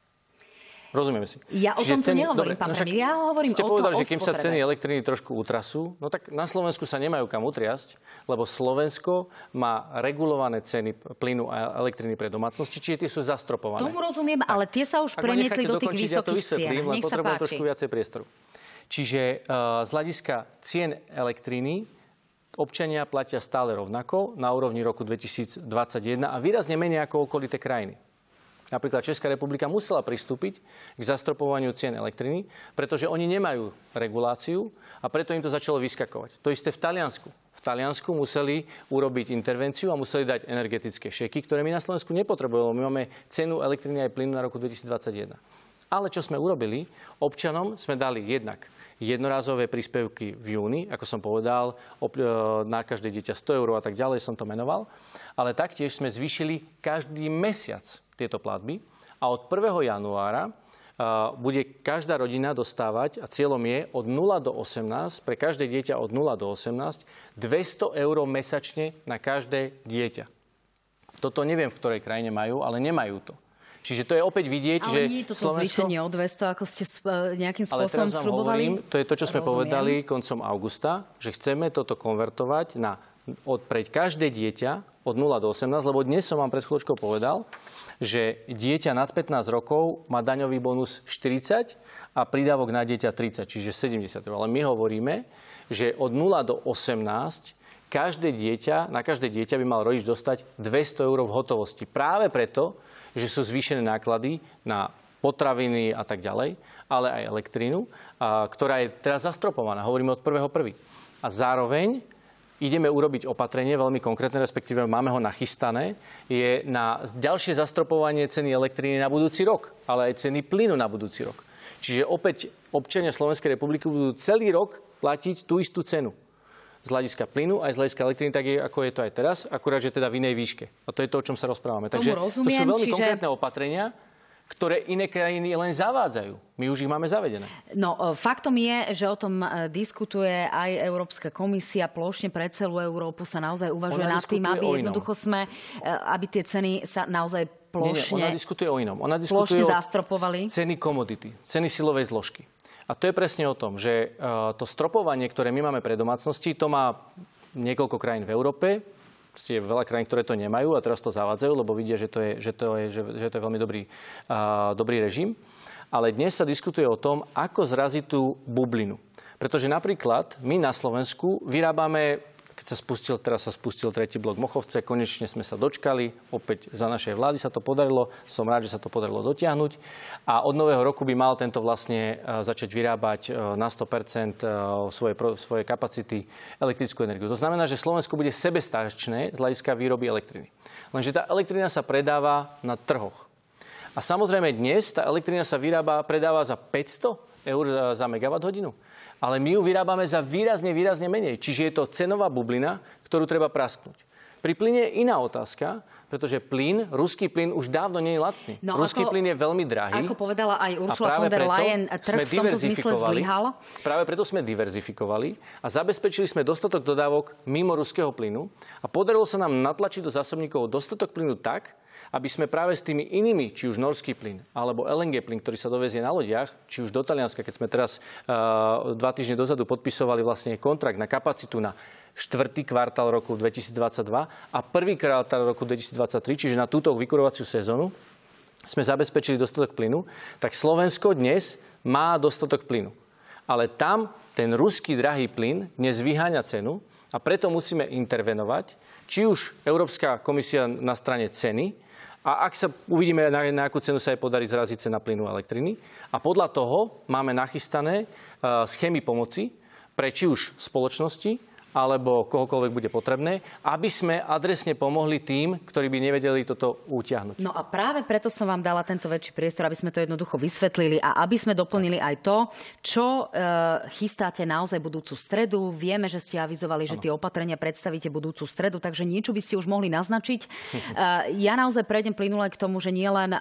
Speaker 2: Rozumieme si.
Speaker 1: Ja o tom tu nehovorím, pán premiér. Ja hovorím o tom, o spotrebe. Ste povedali,
Speaker 2: že kým sa ceny elektriny trošku utrasú, no tak na Slovensku sa nemajú kam utriasť, lebo Slovensko má regulované ceny plynu a elektriny pre domácnosti, čiže tie sú zastropované.
Speaker 1: Tomu rozumiem, tak. Ale tie sa už premietli do tých vysokých
Speaker 2: ja to vysvetlím,
Speaker 1: cien. Nech sa
Speaker 2: potrebujem
Speaker 1: páči.
Speaker 2: Trošku viacej priestoru. Čiže uh, z hľadiska cien elektriny občania platia stále rovnako na úrovni roku dvetisícdvadsaťjeden a výrazne menej ako okolité krajiny. Napríklad Česká republika musela pristúpiť k zastropovaniu cien elektriny, pretože oni nemajú reguláciu a preto im to začalo vyskakovať. To isté v Taliansku. V Taliansku museli urobiť intervenciu a museli dať energetické šeky, ktoré my na Slovensku nepotrebujeme. My máme cenu elektriny aj plynu na roku dvetisícdvadsaťjeden. Ale čo sme urobili? Občanom sme dali jednak jednorázové príspevky v júni, ako som povedal, na každé dieťa sto eur a tak ďalej som to menoval. Ale taktiež sme zvýšili každý mesiac tieto platby a od prvého januára uh, bude každá rodina dostávať, a cieľom je od nula do osemnásť, pre každé dieťa od nula do osemnásť, dvesto eur mesačne na každé dieťa. Toto neviem, v ktorej krajine majú, ale nemajú to. Čiže to je opäť vidieť,
Speaker 1: ale
Speaker 2: že
Speaker 1: nie je to
Speaker 2: Slovensko...
Speaker 1: zvýšenie o dvesto, ako ste nejakým spôsobom
Speaker 2: ale teraz vám
Speaker 1: sľubovali?
Speaker 2: Hovorím, to je to, čo sme
Speaker 1: Rozumiem.
Speaker 2: povedali koncom augusta, že chceme toto konvertovať na od, pre každé dieťa od nula do osemnásť, lebo dnes som vám pred chvíľočkou povedal, že dieťa nad pätnásť rokov má daňový bonus štyridsať a prídavok na dieťa tridsať, čiže sedemdesiat eur. Ale my hovoríme, že od nula do osemnásť každé dieťa, na každé dieťa by mal rodič dostať dvesto eur v hotovosti. Práve preto, že sú zvýšené náklady na potraviny a tak ďalej, ale aj elektrínu, a, ktorá je teraz zastropovaná. Hovoríme od prvého prvého A zároveň ideme urobiť opatrenie, veľmi konkrétne, respektíve máme ho nachystané, je na ďalšie zastropovanie ceny elektriny na budúci rok, ale aj ceny plynu na budúci rok. Čiže opäť občania Slovenskej republiky budú celý rok platiť tú istú cenu. Z hľadiska plynu aj z hľadiska elektriny, tak je, ako je to aj teraz, akurát, že teda v inej výške. A to je to, o čom sa rozprávame. Takže
Speaker 1: rozumiem,
Speaker 2: to sú veľmi
Speaker 1: čiže...
Speaker 2: konkrétne opatrenia, ktoré iné krajiny len zavádzajú. My už ich máme zavedené.
Speaker 1: No, faktom je, že o tom diskutuje aj Európska komisia. Plošne pre celú Európu sa naozaj uvažuje nad tým, aby jednoducho sme, aby tie ceny sa naozaj plošne...
Speaker 2: Nie, nie, ona diskutuje o inom. Ona diskutuje o
Speaker 1: zastropovali.
Speaker 2: ceny komodity, ceny silovej zložky. A to je presne o tom, že to stropovanie, ktoré my máme pre domácnosti, to má niekoľko krajín v Európe. Je veľa krajín, ktoré to nemajú a teraz to zavádzajú, lebo vidia, že to je, že to je, že, že to je veľmi dobrý, uh, dobrý režim. Ale dnes sa diskutuje o tom, ako zraziť tú bublinu. Pretože napríklad my na Slovensku vyrábame, keď sa spustil, teraz sa spustil tretí blok Mochovce, konečne sme sa dočkali, opäť za našej vlády sa to podarilo, som rád, že sa to podarilo dotiahnuť. A od nového roku by mal tento vlastne začať vyrábať na sto percent svoje, svoje kapacity elektrickú energiu. To znamená, že Slovensko bude sebestačné z hľadiska výroby elektriny. Lenže tá elektrina sa predáva na trhoch. A samozrejme dnes tá elektrina sa vyrába, predáva za päťsto eur za megawatt hodinu. Ale my ju vyrábame za výrazne, výrazne menej. Čiže je to cenová bublina, ktorú treba prasknúť. Pri plyne je iná otázka, pretože plyn, ruský plyn už dávno nie je lacný. No, ruský ako, plyn je veľmi drahý.
Speaker 1: Ako povedala aj Ursula von der Leyen, trh v tomto zmysle zlyhal.
Speaker 2: Práve preto sme diverzifikovali a zabezpečili sme dostatok dodávok mimo ruského plynu a podarilo sa nám natlačiť do zásobníkov dostatok plynu tak, aby sme práve s tými inými, či už norský plyn, alebo el en gé plyn, ktorý sa dovezie na lodiach, či už do Talianska, keď sme teraz uh, dva týždne dozadu podpisovali vlastne kontrakt na kapacitu na štvrtý kvartál roku dvetisícdvadsaťdva a prvý kvartál roku dvetisícdvadsaťtri, čiže na túto vykurovaciu sezónu, sme zabezpečili dostatok plynu, tak Slovensko dnes má dostatok plynu. Ale tam ten ruský drahý plyn dnes vyháňa cenu a preto musíme intervenovať, či už Európska komisia na strane ceny, a ak sa uvidíme, na, na akú cenu sa jej podarí zraziť cena plynu a elektriny. A podľa toho máme nachystané uh, schémy pomoci pre či už spoločnosti, alebo kohokoľvek bude potrebné, aby sme adresne pomohli tým, ktorí by nevedeli toto utiahnuť.
Speaker 1: No a práve preto som vám dala tento väčší priestor, aby sme to jednoducho vysvetlili a aby sme doplnili aj to, čo e, chystáte naozaj budúcu stredu. Vieme, že ste avizovali, že ano. Tie opatrenia predstavíte budúcu stredu, takže niečo by ste už mohli naznačiť. e, ja naozaj prejdem plynule k tomu, že nielen e,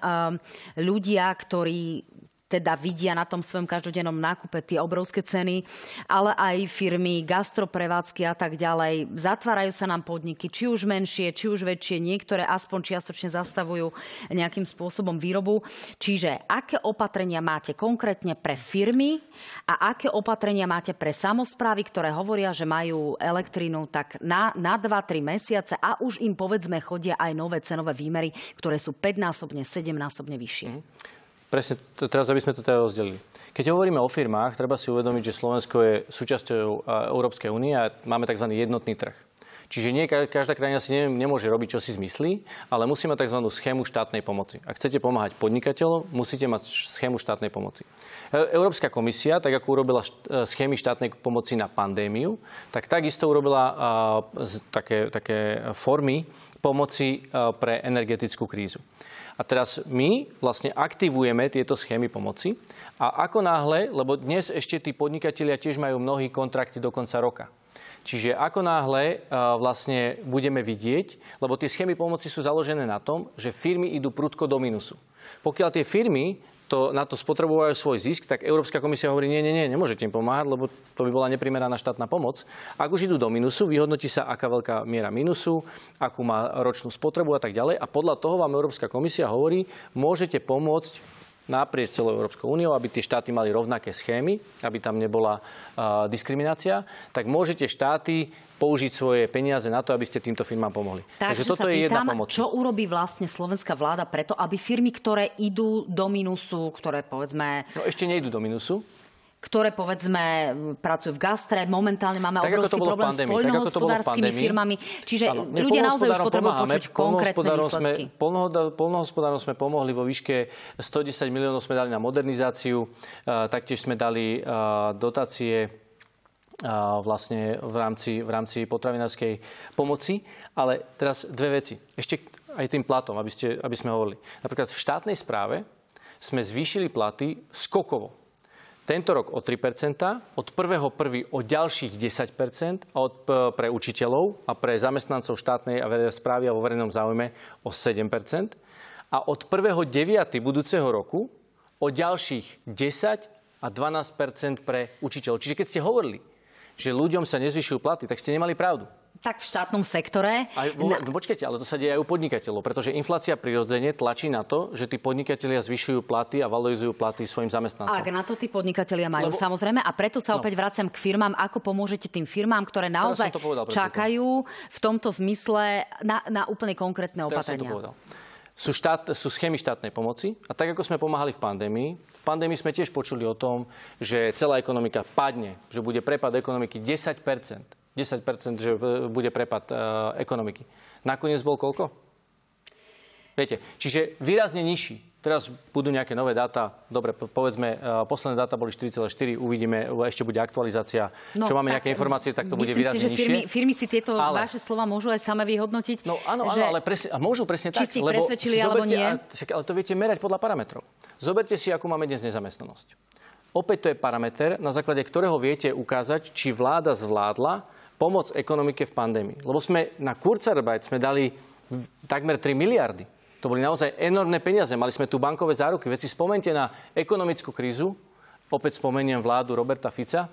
Speaker 1: ľudia, ktorí teda vidia na tom svojom každodennom nákupe tie obrovské ceny, ale aj firmy, gastroprevádzky a tak ďalej. Zatvárajú sa nám podniky, či už menšie, či už väčšie, niektoré aspoň čiastočne zastavujú nejakým spôsobom výrobu. Čiže aké opatrenia máte konkrétne pre firmy a aké opatrenia máte pre samosprávy, ktoré hovoria, že majú elektrínu tak na, na dva tri mesiace a už im povedzme chodia aj nové cenové výmery, ktoré sú päťnásobne, sedemnásobne vyššie. Mm.
Speaker 2: Presne, teraz aby sme to teda rozdelili. Keď hovoríme o firmách, treba si uvedomiť, že Slovensko je súčasťou Európskej únie a máme tzv. Jednotný trh. Čiže nie každá krajina si nemôže robiť, čo si zmyslí, ale musí mať tzv. Schému štátnej pomoci. Ak chcete pomáhať podnikateľom, musíte mať schému štátnej pomoci. Európska komisia, tak ako urobila schémy štátnej pomoci na pandémiu, tak takisto urobila uh, také, také formy pomoci uh, pre energetickú krízu. A teraz my vlastne aktivujeme tieto schémy pomoci a ako náhle, lebo dnes ešte tí podnikatelia tiež majú mnohí kontrakty do konca roka. Čiže ako náhle uh, vlastne budeme vidieť, lebo tie schémy pomoci sú založené na tom, že firmy idú prudko do minusu. Pokiaľ tie firmy to, na to spotrebujú svoj zisk, tak Európska komisia hovorí, nie, nie, nie, nemôžete im pomáhať, lebo to by bola neprimeraná štátna pomoc. Ak už idú do minusu, vyhodnotí sa, aká veľká miera minusu, akú má ročnú spotrebu a tak ďalej. A podľa toho vám Európska komisia hovorí, môžete pomôcť naprieč celou Európskou úniou, aby tie štáty mali rovnaké schémy, aby tam nebola uh, diskriminácia, tak môžete štáty použiť svoje peniaze na to, aby ste týmto firmám pomohli.
Speaker 1: Takže toto je jedna pomoc. Čo urobí vlastne slovenská vláda preto, aby firmy, ktoré idú do minusu, ktoré povedzme...
Speaker 2: No ešte nejdú do minusu.
Speaker 1: ktoré, povedzme, pracujú v gastre. Momentálne máme
Speaker 2: tak,
Speaker 1: obrovský problém s poľnohospodárskymi firmami. Čiže ano, ľudia naozaj už potrebujú počuť konkrétne výsledky.
Speaker 2: Poľnohospodárom sme pomohli vo výške stodesať miliónov, sme dali na modernizáciu. Taktiež sme dali dotácie vlastne v rámci, v rámci potravinárskej pomoci. Ale teraz dve veci. Ešte aj tým platom, aby, ste, aby sme hovorili. Napríklad v štátnej správe sme zvýšili platy skokovo. Tento rok o tri percentá, od prvého prvého o ďalších desať percent a od, pre učiteľov a pre zamestnancov štátnej a verejnej správy a vo verejnom záujme o sedem percent a od prvého deviateho budúceho roku o ďalších desať a dvanásť percent pre učiteľov. Čiže keď ste hovorili, že ľuďom sa nezvyšujú platy, tak ste nemali pravdu.
Speaker 1: Tak v štátnom sektore.
Speaker 2: Aj vo, na... Počkajte, ale to sa deje aj u podnikateľov, pretože inflácia prirodzene tlačí na to, že tí podnikatelia zvyšujú platy a valorizujú platy svojim zamestnancom.
Speaker 1: Ak na to tí podnikatelia majú, Lebo... samozrejme. A preto sa opäť no. vraciam k firmám. Ako pomôžete tým firmám, ktoré naozaj to povedal, čakajú v tomto zmysle na, na úplne konkrétne opatrenia?
Speaker 2: Teraz som to povedal. Sú, štát, sú schémy štátnej pomoci a tak, ako sme pomáhali v pandémii, v pandémii sme tiež počuli o tom, že celá ekonomika padne, že bude prepad ekonomiky desať percent. desať percent, že bude prepad uh, ekonomiky. Nakoniec bol koľko? Viete, čiže výrazne nižší. Teraz budú nejaké nové dáta. Dobre, povedzme, uh, posledné dáta boli štyri celé štyri, uvidíme, ešte bude aktualizácia. No, Čo máme tak, nejaké informácie, tak to bude výrazne
Speaker 1: si, že
Speaker 2: nižšie.
Speaker 1: Firmy, firmy si tieto ale... vaše slova môžu aj same vyhodnotiť.
Speaker 2: No áno, áno, ale presne, a môžu presne
Speaker 1: či
Speaker 2: tak.
Speaker 1: Či si ich presvedčili, alebo nie.
Speaker 2: A, ale to viete merať podľa parametrov. Zoberte si, akú máme dnes nezamestnanosť. Opäť to je parameter, na základe ktorého viete ukázať, či vláda zvládla pomoc ekonomike v pandémii. Lebo sme na Kurzarbeit sme dali takmer tri miliardy. To boli naozaj enormné peniaze. Mali sme tu bankové záruky. Veď si spomente na ekonomickú krízu. Opäť spomeniem vládu Roberta Fica,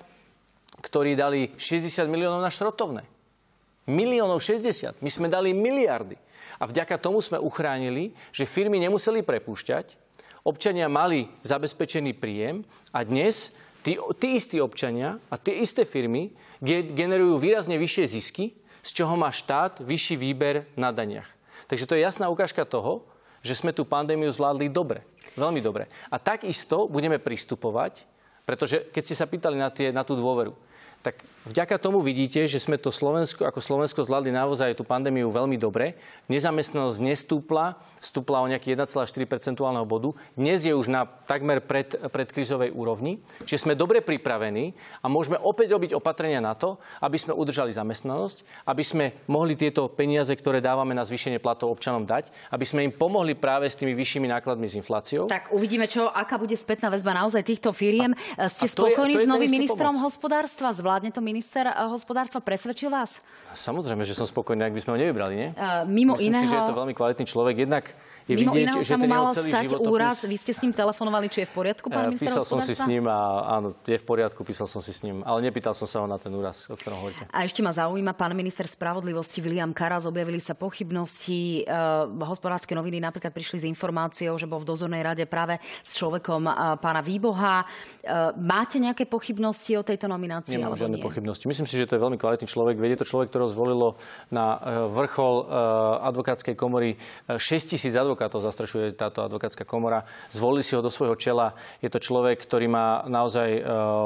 Speaker 2: ktorí dali šesťdesiat miliónov na šrotovné. Miliónov šesťdesiat. My sme dali miliardy. A vďaka tomu sme uchránili, že firmy nemuseli prepúšťať. Občania mali zabezpečený príjem a dnes tí, tí istí občania a tie isté firmy generujú výrazne vyššie zisky, z čoho má štát vyšší výber na daniach. Takže to je jasná ukážka toho, že sme tú pandémiu zvládli dobre. Veľmi dobre. A takisto budeme pristupovať, pretože keď ste sa pýtali na, tie, na tú dôveru, tak vďaka tomu vidíte, že sme to Slovensko, ako Slovensko zvládli naozaj tú pandémiu veľmi dobre. Nezamestnanosť nestúpla, stúpla o nejaký jeden celá štyri percentuálneho bodu. Dnes je už na takmer pred, predkrízovej úrovni. Čiže sme dobre pripravení a môžeme opäť robiť opatrenia na to, aby sme udržali zamestnanosť, aby sme mohli tieto peniaze, ktoré dávame na zvýšenie platov občanom dať, aby sme im pomohli práve s tými vyššími nákladmi s infláciou. Tak
Speaker 1: uvidíme, čo, aká bude spätná väzba naozaj týchto firiem. A, Ste a spokojní je, s novým ministrom pomoc. hospodárstva? Zvládne to minister hospodárstva, presvedčil vás?
Speaker 2: Samozrejme, že som spokojný, ak by sme ho nevybrali, nie?
Speaker 1: Uh, mimo
Speaker 2: Myslím
Speaker 1: iného...
Speaker 2: si, že je to veľmi kvalitný človek. Jednak je
Speaker 1: mimo
Speaker 2: vidieť,
Speaker 1: iného
Speaker 2: že
Speaker 1: sa mu malo
Speaker 2: celý
Speaker 1: stať
Speaker 2: životopis...
Speaker 1: úraz. Vy ste s ním telefonovali, či je v poriadku, pán uh, minister
Speaker 2: Písal
Speaker 1: hospodárstva?
Speaker 2: som si s ním a áno, je v poriadku, písal som si s ním. Ale nepýtal som sa ho na ten úraz, o ktorom hovoríte.
Speaker 1: A ešte ma zaujíma, pán minister spravodlivosti William Karas, objavili sa pochybnosti. Uh, hospodárske noviny napríklad prišli s informáciou, že bol v dozornej rade práve s človekom uh, pána Výboha. Uh, máte nejaké pochybnosti o tejto nominácii?
Speaker 2: Nemám
Speaker 1: alebo
Speaker 2: žiadne
Speaker 1: nie?
Speaker 2: pochybnosti. Myslím si, že to je veľmi kvalitný človek. Veď je to človek, ktorého zvolilo na vrchol advokátskej komory. šesť tisíc advokátov zastrešuje táto advokátska komora. Zvolili si ho do svojho čela. Je to človek, ktorý má naozaj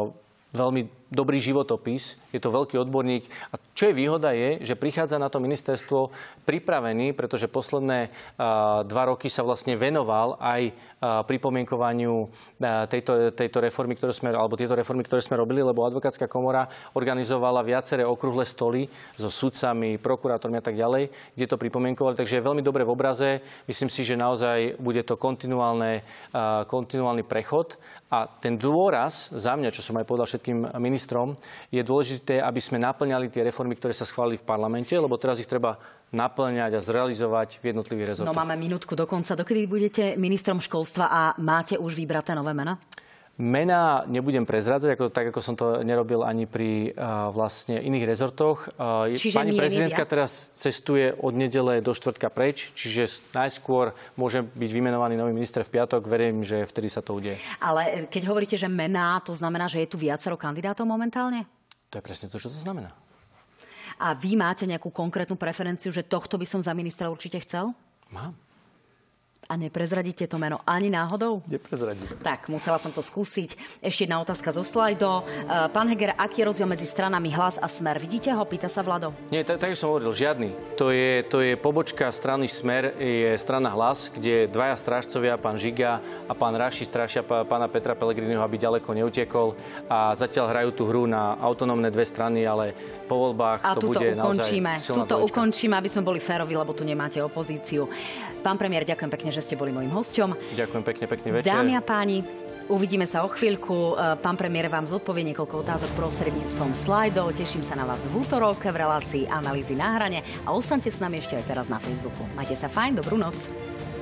Speaker 2: veľmi dobrý životopis. Je to veľký odborník. A čo je výhoda je, že prichádza na to ministerstvo pripravený, pretože posledné uh, dva roky sa vlastne venoval aj uh, pripomienkovaniu uh, tejto, tejto reformy, ktoré sme, alebo tieto reformy, ktoré sme robili, lebo advokátska komora organizovala viaceré okrúhle stoly so sudcami, prokurátormi a tak ďalej, kde to pripomienkovali. Takže je veľmi dobre v obraze. Myslím si, že naozaj bude to kontinuálne, uh, kontinuálny prechod. A ten dôraz za mňa, čo som aj povedal všetkým ministrom, je dôležité, aby sme naplňali tie reformy, ktoré sa schválili v parlamente, lebo teraz ich treba naplňať a zrealizovať v jednotlivých rezortoch.
Speaker 1: No máme minútku do konca. Dokedy budete ministrom školstva a máte už vybraté nové mená?
Speaker 2: Mená nebudem prezrádzať, ako, tak ako som to nerobil ani pri uh, vlastne iných rezortoch. Uh, pani prezidentka teraz cestuje od nedele do štvrtka preč, čiže najskôr môže byť vymenovaný nový minister v piatok. Verím, že vtedy sa to udeje.
Speaker 1: Ale keď hovoríte, že mená, to znamená, že je tu viacero kandidátov momentálne?
Speaker 2: To je presne to, čo to znamená.
Speaker 1: A vy máte nejakú konkrétnu preferenciu, že tohto by som za ministra určite chcel?
Speaker 2: Mám.
Speaker 1: A neprezradíte to meno ani náhodou?
Speaker 2: Neprezradím.
Speaker 1: Tak, musela som to skúsiť. Ešte jedna otázka zo slajdo. Pán Heger, aký je rozdiel medzi stranami Hlas a Smer? Vidíte ho? Pýta sa Vlado.
Speaker 2: Nie, tak, tak som hovoril, žiadny. To je, to je pobočka strany Smer, je strana Hlas, kde dvaja strážcovia, pán Žiga a pán Raši, strážia pána Petra Pellegriniho, aby ďaleko neutiekol. A zatiaľ hrajú tú hru na autonómne dve strany, ale po voľbách
Speaker 1: a
Speaker 2: to bude
Speaker 1: ukončíme.
Speaker 2: naozaj silná
Speaker 1: Tuto
Speaker 2: dvojčka.
Speaker 1: ukončíme, aby sme boli férovi, lebo tu nemáte opozíciu. Pán premiér, ďakujem pekne, že ste boli mojím hosťom.
Speaker 2: Ďakujem pekne, pekný večer.
Speaker 1: Dámy a páni, uvidíme sa o chvíľku. Pán premiér vám zodpovie niekoľko otázok prostredníctvom slajdov. Teším sa na vás v útorok v relácii Analýzy na hrane a ostaňte s nami ešte aj teraz na Facebooku. Majte sa fajn, dobrú noc.